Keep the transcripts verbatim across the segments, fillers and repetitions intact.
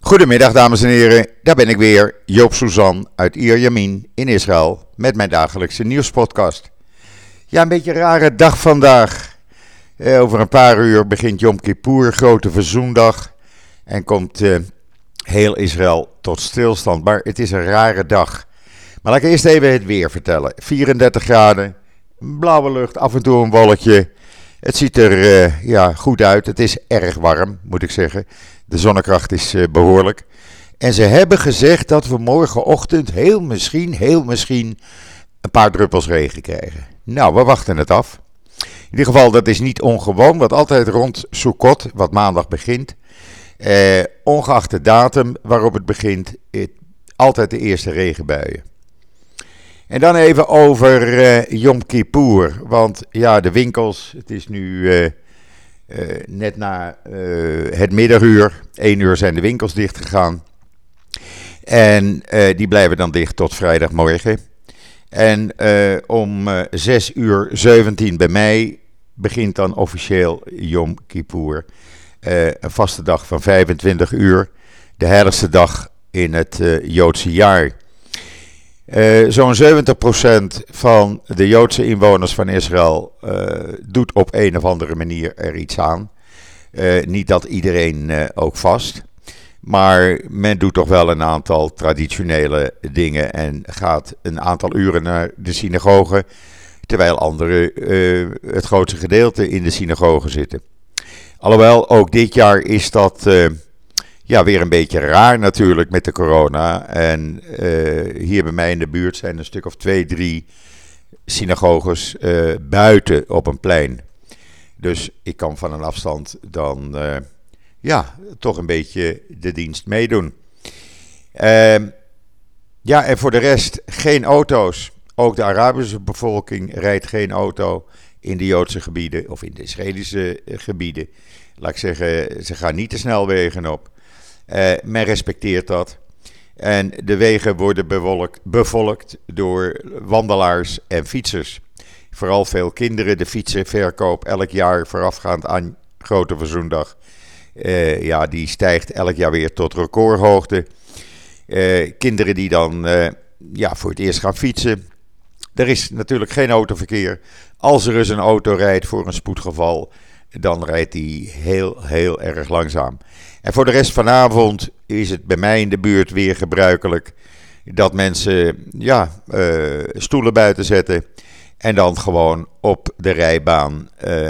Goedemiddag dames en heren, daar ben ik weer, Joop Suzan uit Ierjemien in Israël met mijn dagelijkse nieuwspodcast. Ja, een beetje een rare dag vandaag. Eh, over een paar uur begint Yom Kippur, grote verzoendag, en komt eh, heel Israël tot stilstand. Maar het is een rare dag. Maar laat ik eerst even het weer vertellen. vierendertig graden, blauwe lucht, af en toe een wolkje. Het ziet er uh, ja, goed uit. Het is erg warm, moet ik zeggen. De zonnekracht is uh, behoorlijk. En ze hebben gezegd dat we morgenochtend heel misschien, heel misschien een paar druppels regen krijgen. Nou, we wachten het af. In ieder geval, dat is niet ongewoon, want altijd rond Sukkot, wat maandag begint, eh, ongeacht de datum waarop het begint, het, altijd de eerste regenbuien. En dan even over uh, Yom Kippur, want ja, de winkels, het is nu uh, uh, net na uh, het middaguur, één uur zijn de winkels dicht gegaan. En uh, die blijven dan dicht tot vrijdagmorgen. En uh, om uh, zes uur zeventien bij mij begint dan officieel Yom Kippur. Uh, een vaste dag van vijfentwintig uur, de heiligste dag in het uh, Joodse jaar. Uh, zo'n zeventig procent van de Joodse inwoners van Israël uh, doet op een of andere manier er iets aan. Uh, niet dat iedereen uh, ook vast, maar men doet toch wel een aantal traditionele dingen en gaat een aantal uren naar de synagoge, terwijl anderen uh, het grootste gedeelte in de synagoge zitten. Alhoewel, ook dit jaar is dat Uh, Ja, weer een beetje raar natuurlijk met de corona. En uh, hier bij mij in de buurt zijn een stuk of twee, drie synagoges uh, buiten op een plein. Dus ik kan van een afstand dan uh, ja, toch een beetje de dienst meedoen. Uh, ja, en voor de rest geen auto's. Ook de Arabische bevolking rijdt geen auto in de Joodse gebieden of in de Israëlische gebieden. Laat ik zeggen, ze gaan niet de snelwegen op. Uh, men respecteert dat. En de wegen worden bewolkt, bevolkt door wandelaars en fietsers. Vooral veel kinderen. De fietsenverkoop elk jaar voorafgaand aan Grote Verzoendag. Uh, ja, die stijgt elk jaar weer tot recordhoogte. Uh, kinderen die dan uh, ja, voor het eerst gaan fietsen. Er is natuurlijk geen autoverkeer. Als er eens een auto rijdt voor een spoedgeval, dan rijdt die heel, heel erg langzaam. En voor de rest vanavond is het bij mij in de buurt weer gebruikelijk dat mensen ja, uh, stoelen buiten zetten en dan gewoon op de rijbaan uh,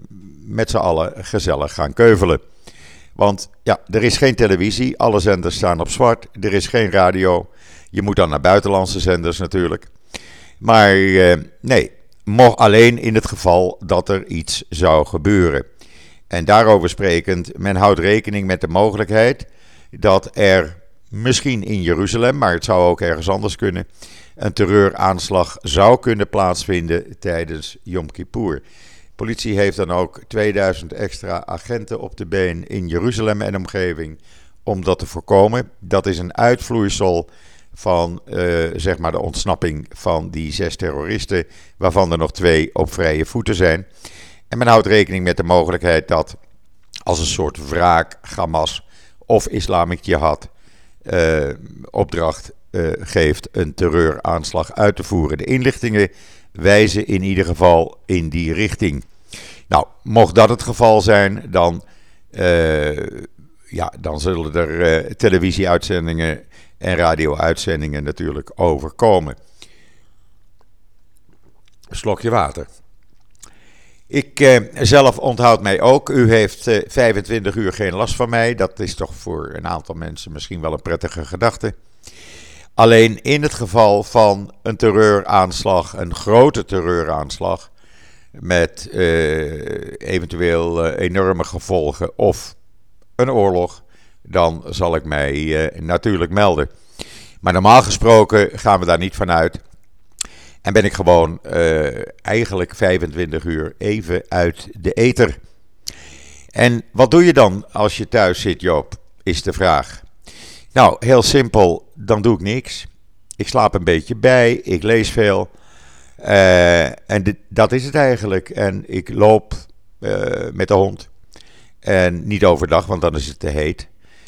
met z'n allen gezellig gaan keuvelen. Want ja, er is geen televisie, alle zenders staan op zwart, er is geen radio. Je moet dan naar buitenlandse zenders natuurlijk. Maar uh, nee, mocht alleen in het geval dat er iets zou gebeuren. En daarover sprekend, men houdt rekening met de mogelijkheid dat er misschien in Jeruzalem, maar het zou ook ergens anders kunnen, een terreuraanslag zou kunnen plaatsvinden tijdens Yom Kippur. Politie heeft dan ook tweeduizend extra agenten op de been in Jeruzalem en omgeving om dat te voorkomen. Dat is een uitvloeisel van uh, zeg maar de ontsnapping van die zes terroristen, waarvan er nog twee op vrije voeten zijn. En men houdt rekening met de mogelijkheid dat als een soort wraak Hamas of Islamic Jihad uh, opdracht uh, geeft een terreuraanslag uit te voeren. De inlichtingen wijzen in ieder geval in die richting. Nou, mocht dat het geval zijn, dan, uh, ja, dan zullen er uh, televisieuitzendingen en radio-uitzendingen natuurlijk overkomen. Een slokje water. Ik eh, zelf onthoud mij ook. U heeft eh, vijfentwintig uur geen last van mij. Dat is toch voor een aantal mensen misschien wel een prettige gedachte. Alleen in het geval van een terreuraanslag, een grote terreuraanslag, met eh, eventueel eh, enorme gevolgen of een oorlog, dan zal ik mij eh, natuurlijk melden. Maar normaal gesproken gaan we daar niet van uit. En ben ik gewoon uh, eigenlijk vijfentwintig uur even uit de ether. En wat doe je dan als je thuis zit, Joop, is de vraag. Nou, heel simpel, dan doe ik niks. Ik slaap een beetje bij, ik lees veel. Uh, en dit, dat is het eigenlijk. En ik loop uh, met de hond. En niet overdag, want dan is het te heet.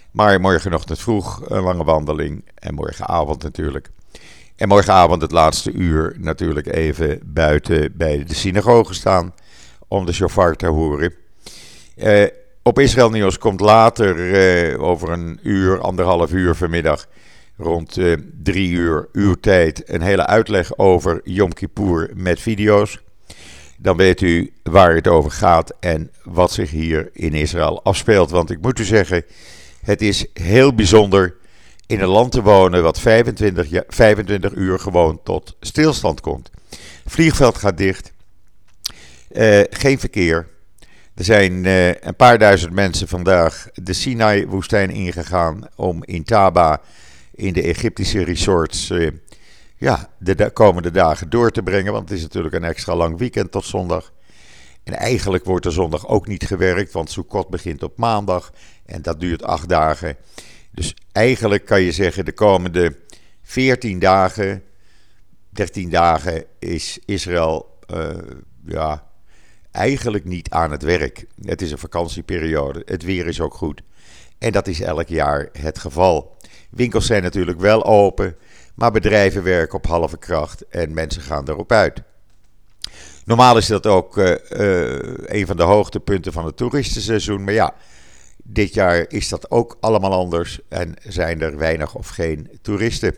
Maar morgenochtend vroeg een lange wandeling en morgenavond natuurlijk. En morgenavond het laatste uur natuurlijk even buiten bij de synagoge staan om de shofar te horen. Uh, op Israël Nieuws komt later uh, over een uur, anderhalf uur vanmiddag, rond uh, drie uur uw tijd, een hele uitleg over Yom Kippur met video's. Dan weet u waar het over gaat en wat zich hier in Israël afspeelt. Want ik moet u zeggen, het is heel bijzonder in een land te wonen wat vijfentwintig, ja, vijfentwintig uur gewoon tot stilstand komt. Het vliegveld gaat dicht, uh, geen verkeer. Er zijn uh, een paar duizend mensen vandaag de Sinai-woestijn ingegaan om in Taba in de Egyptische resorts uh, ja, de da- komende dagen door te brengen. Want het is natuurlijk een extra lang weekend tot zondag. En eigenlijk wordt er zondag ook niet gewerkt, want Sukkot begint op maandag en dat duurt acht dagen. Dus eigenlijk kan je zeggen de komende veertien dagen, dertien dagen is Israël uh, ja, eigenlijk niet aan het werk. Het is een vakantieperiode, het weer is ook goed. En dat is elk jaar het geval. Winkels zijn natuurlijk wel open, maar bedrijven werken op halve kracht en mensen gaan erop uit. Normaal is dat ook uh, uh, een van de hoogtepunten van het toeristenseizoen, maar ja, dit jaar is dat ook allemaal anders en zijn er weinig of geen toeristen.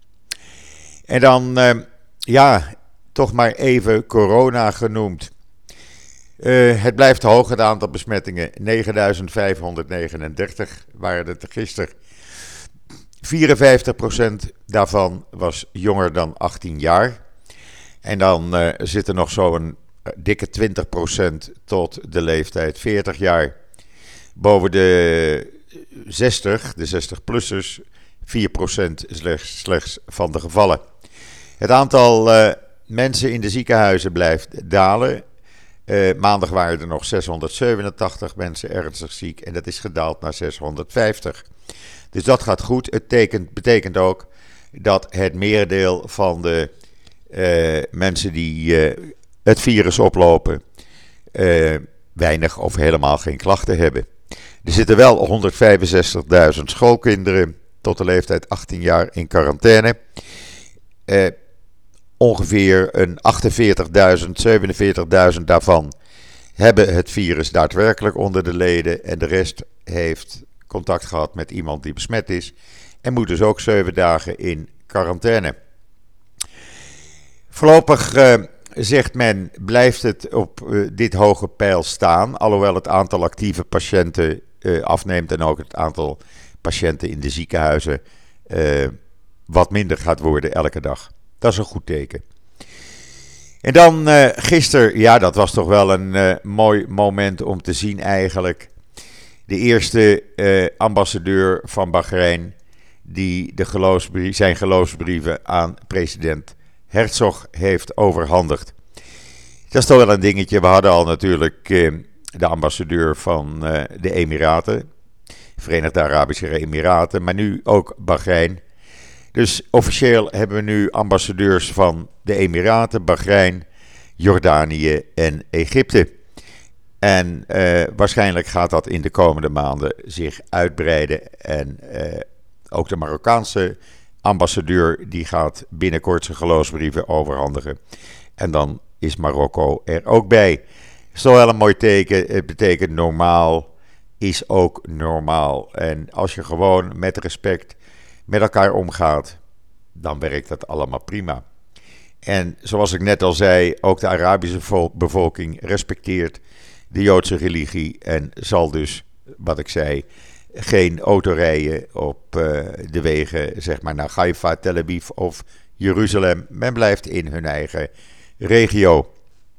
En dan, uh, ja, toch maar even corona genoemd. Uh, het blijft hoog, het aantal besmettingen. negenduizend vijfhonderdnegenendertig waren het gisteren. vierenvijftig procent daarvan was jonger dan achttien jaar. En dan uh, zit er nog zo'n dikke twintig procent tot de leeftijd veertig jaar. Boven de zestig, de zestig-plussers, vier procent slechts, slechts van de gevallen. Het aantal uh, mensen in de ziekenhuizen blijft dalen. Uh, maandag waren er nog zeshonderdzevenentachtig mensen ernstig ziek en dat is gedaald naar zeshonderdvijftig. Dus dat gaat goed. Het tekent, betekent ook dat het merendeel van de uh, mensen die uh, het virus oplopen uh, weinig of helemaal geen klachten hebben. Er zitten wel honderdvijfenzestigduizend schoolkinderen tot de leeftijd achttien jaar in quarantaine. Uh, ongeveer een achtenveertigduizend, zevenenveertigduizend daarvan hebben het virus daadwerkelijk onder de leden en de rest heeft contact gehad met iemand die besmet is en moet dus ook zeven dagen in quarantaine. Voorlopig uh, zegt men blijft het op uh, dit hoge peil staan, alhoewel het aantal actieve patiënten uh, afneemt en ook het aantal patiënten in de ziekenhuizen uh, wat minder gaat worden elke dag. Dat is een goed teken. En dan uh, gisteren, ja, dat was toch wel een uh, mooi moment om te zien eigenlijk. De eerste uh, ambassadeur van Bahrein die de geloofsbrie- zijn geloofsbrieven aan president Herzog heeft overhandigd. Dat is toch wel een dingetje. We hadden al natuurlijk uh, de ambassadeur van uh, de Emiraten, Verenigde Arabische Emiraten, maar nu ook Bahrein. Dus officieel hebben we nu ambassadeurs van de Emiraten, Bahrein, Jordanië en Egypte. En uh, waarschijnlijk gaat dat in de komende maanden zich uitbreiden. En uh, ook de Marokkaanse ambassadeur die gaat binnenkort zijn geloofsbrieven overhandigen. En dan is Marokko er ook bij. Dat is toch wel een mooi teken. Het betekent normaal is ook normaal. En als je gewoon met respect met elkaar omgaat, dan werkt dat allemaal prima. En zoals ik net al zei, ook de Arabische vol- bevolking respecteert de Joodse religie en zal dus, wat ik zei, geen auto rijden op uh, de wegen, zeg maar, naar Haifa, Tel Aviv of Jeruzalem. Men blijft in hun eigen regio.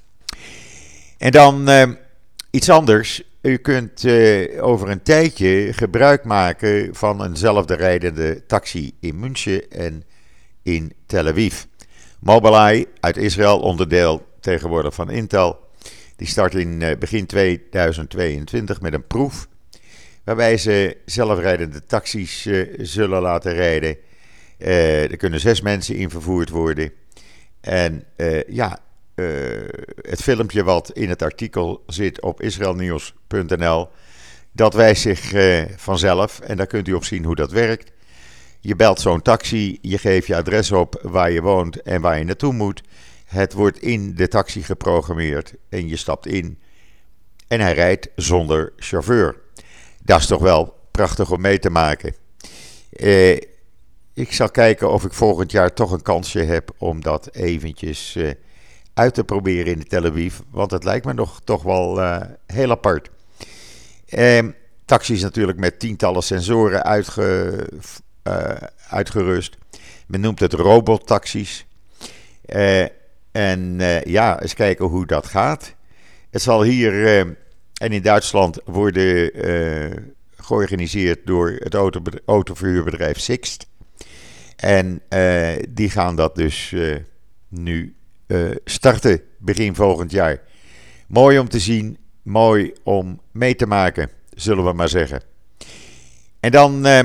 En dan uh, iets anders. U kunt uh, over een tijdje gebruik maken van eenzelfde rijdende taxi in München en in Tel Aviv. Mobileye uit Israël, onderdeel tegenwoordig van Intel, die start in uh, begin tweeduizend tweeëntwintig met een proef waarbij ze zelfrijdende taxis uh, zullen laten rijden. Uh, er kunnen zes mensen in vervoerd worden. En uh, ja, uh, het filmpje wat in het artikel zit op israelnieuws punt n l, Dat wijst zich uh, vanzelf en daar kunt u op zien hoe dat werkt. Je belt zo'n taxi, je geeft je adres op waar je woont en waar je naartoe moet. Het wordt in de taxi geprogrammeerd en je stapt in en hij rijdt zonder chauffeur. Dat is toch wel prachtig om mee te maken. Uh, ik zal kijken of ik volgend jaar toch een kansje heb om dat eventjes uh, uit te proberen in Tel Aviv. Want het lijkt me nog toch wel uh, heel apart. Uh, taxis natuurlijk met tientallen sensoren uitge, uh, uitgerust. Men noemt het robottaxis. Uh, en uh, ja, eens kijken hoe dat gaat. Het zal hier uh, en in Duitsland worden uh, georganiseerd door het auto, autoverhuurbedrijf Sixt. En uh, die gaan dat dus uh, nu uh, starten begin volgend jaar. Mooi om te zien, mooi om mee te maken, zullen we maar zeggen. En dan uh,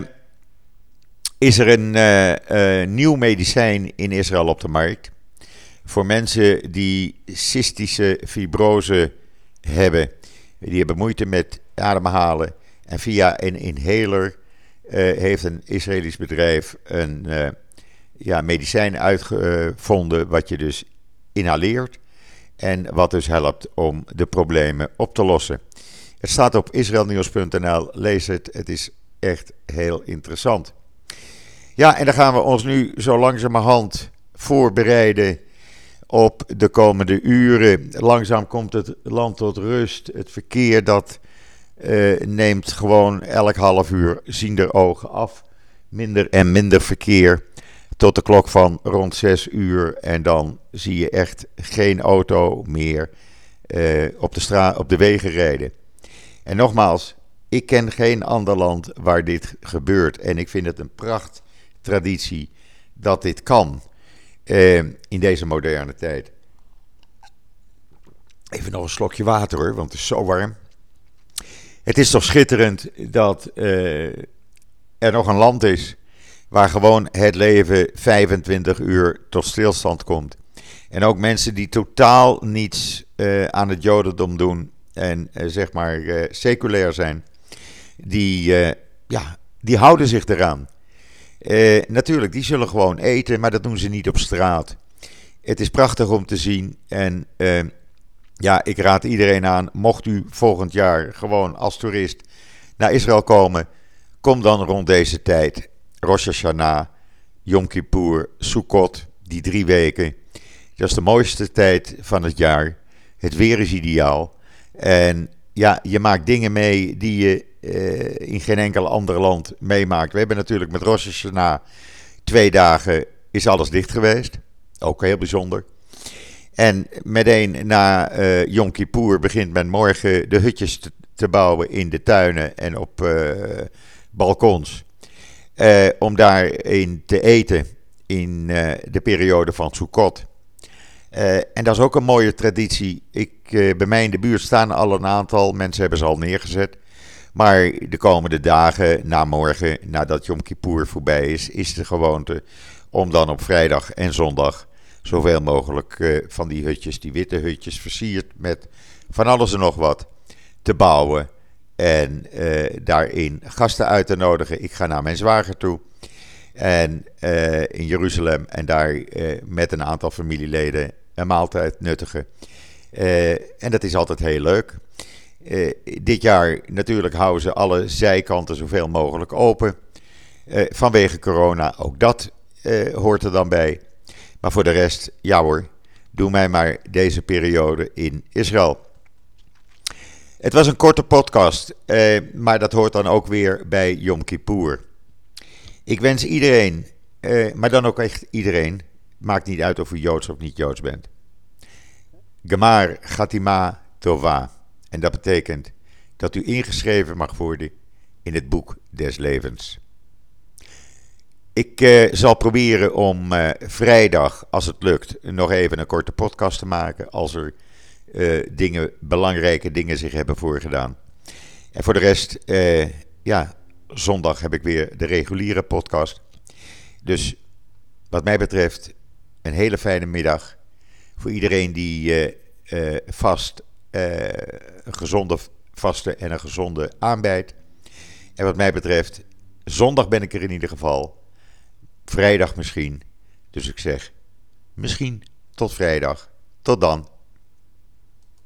is er een uh, uh, nieuw medicijn in Israël op de markt. Voor mensen die cystische fibrose hebben. Die hebben moeite met ademhalen. En via een inhaler uh, heeft een Israëlisch bedrijf een uh, ja, medicijn uitgevonden wat je dus inhaleert. En wat dus helpt om de problemen op te lossen. Het staat op israelnieuws punt n l. Lees het, het is echt heel interessant. Ja, en dan gaan we ons nu zo langzamerhand voorbereiden op de komende uren. Langzaam komt het land tot rust. Het verkeer dat uh, neemt gewoon elk half uur ziender ogen af. Minder en minder verkeer tot de klok van rond zes uur. En dan zie je echt geen auto meer uh, op, de stra- op de wegen rijden. En nogmaals, ik ken geen ander land waar dit gebeurt. En ik vind het een prachttraditie dat dit kan. Uh, in deze moderne tijd. Even nog een slokje water hoor, want het is zo warm. Het is toch schitterend dat uh, er nog een land is waar gewoon het leven vijfentwintig uur tot stilstand komt. En ook mensen die totaal niets uh, aan het jodendom doen en uh, zeg maar uh, seculair zijn, die, uh, ja, die houden zich eraan. Uh, natuurlijk, die zullen gewoon eten, maar dat doen ze niet op straat. Het is prachtig om te zien en uh, ja, ik raad iedereen aan, mocht u volgend jaar gewoon als toerist naar Israël komen, kom dan rond deze tijd. Rosh Hashanah, Yom Kippur, Sukkot, die drie weken. Dat is de mooiste tijd van het jaar. Het weer is ideaal. En ja, je maakt dingen mee die je uh, in geen enkel ander land meemaakt. We hebben natuurlijk met Rosh Hashanah twee dagen is alles dicht geweest. Ook heel bijzonder. En meteen na uh, Yom Kippur begint men morgen de hutjes te, te bouwen in de tuinen en op uh, balkons. Uh, om daarin te eten in uh, de periode van Sukkot. Uh, en dat is ook een mooie traditie. Ik, uh, bij mij in de buurt staan al een aantal, mensen hebben ze al neergezet. Maar de komende dagen, na morgen, nadat Yom Kippur voorbij is, is de gewoonte om dan op vrijdag en zondag zoveel mogelijk uh, van die hutjes, die witte hutjes, versierd met van alles en nog wat, te bouwen. En uh, daarin gasten uit te nodigen. Ik ga naar mijn zwager toe. En uh, in Jeruzalem. En daar uh, met een aantal familieleden een maaltijd nuttigen. Uh, en dat is altijd heel leuk. Uh, dit jaar natuurlijk houden ze alle zijkanten zoveel mogelijk open. Uh, vanwege corona. Ook dat uh, hoort er dan bij. Maar voor de rest, ja hoor. Doe mij maar deze periode in Israël. Het was een korte podcast, eh, maar dat hoort dan ook weer bij Yom Kippur. Ik wens iedereen, eh, maar dan ook echt iedereen, maakt niet uit of u Joods of niet Joods bent. Gemar Chatima Tova. En dat betekent dat u ingeschreven mag worden in het boek des levens. Ik eh, zal proberen om eh, vrijdag, als het lukt, nog even een korte podcast te maken, als er Uh, dingen, belangrijke dingen zich hebben voorgedaan. En voor de rest, uh, ja, zondag heb ik weer de reguliere podcast. Dus wat mij betreft, een hele fijne middag. Voor iedereen die uh, uh, vast uh, een gezonde vaste en een gezonde aanbijt. En wat mij betreft, zondag ben ik er in ieder geval. Vrijdag misschien. Dus ik zeg, misschien tot vrijdag. Tot dan.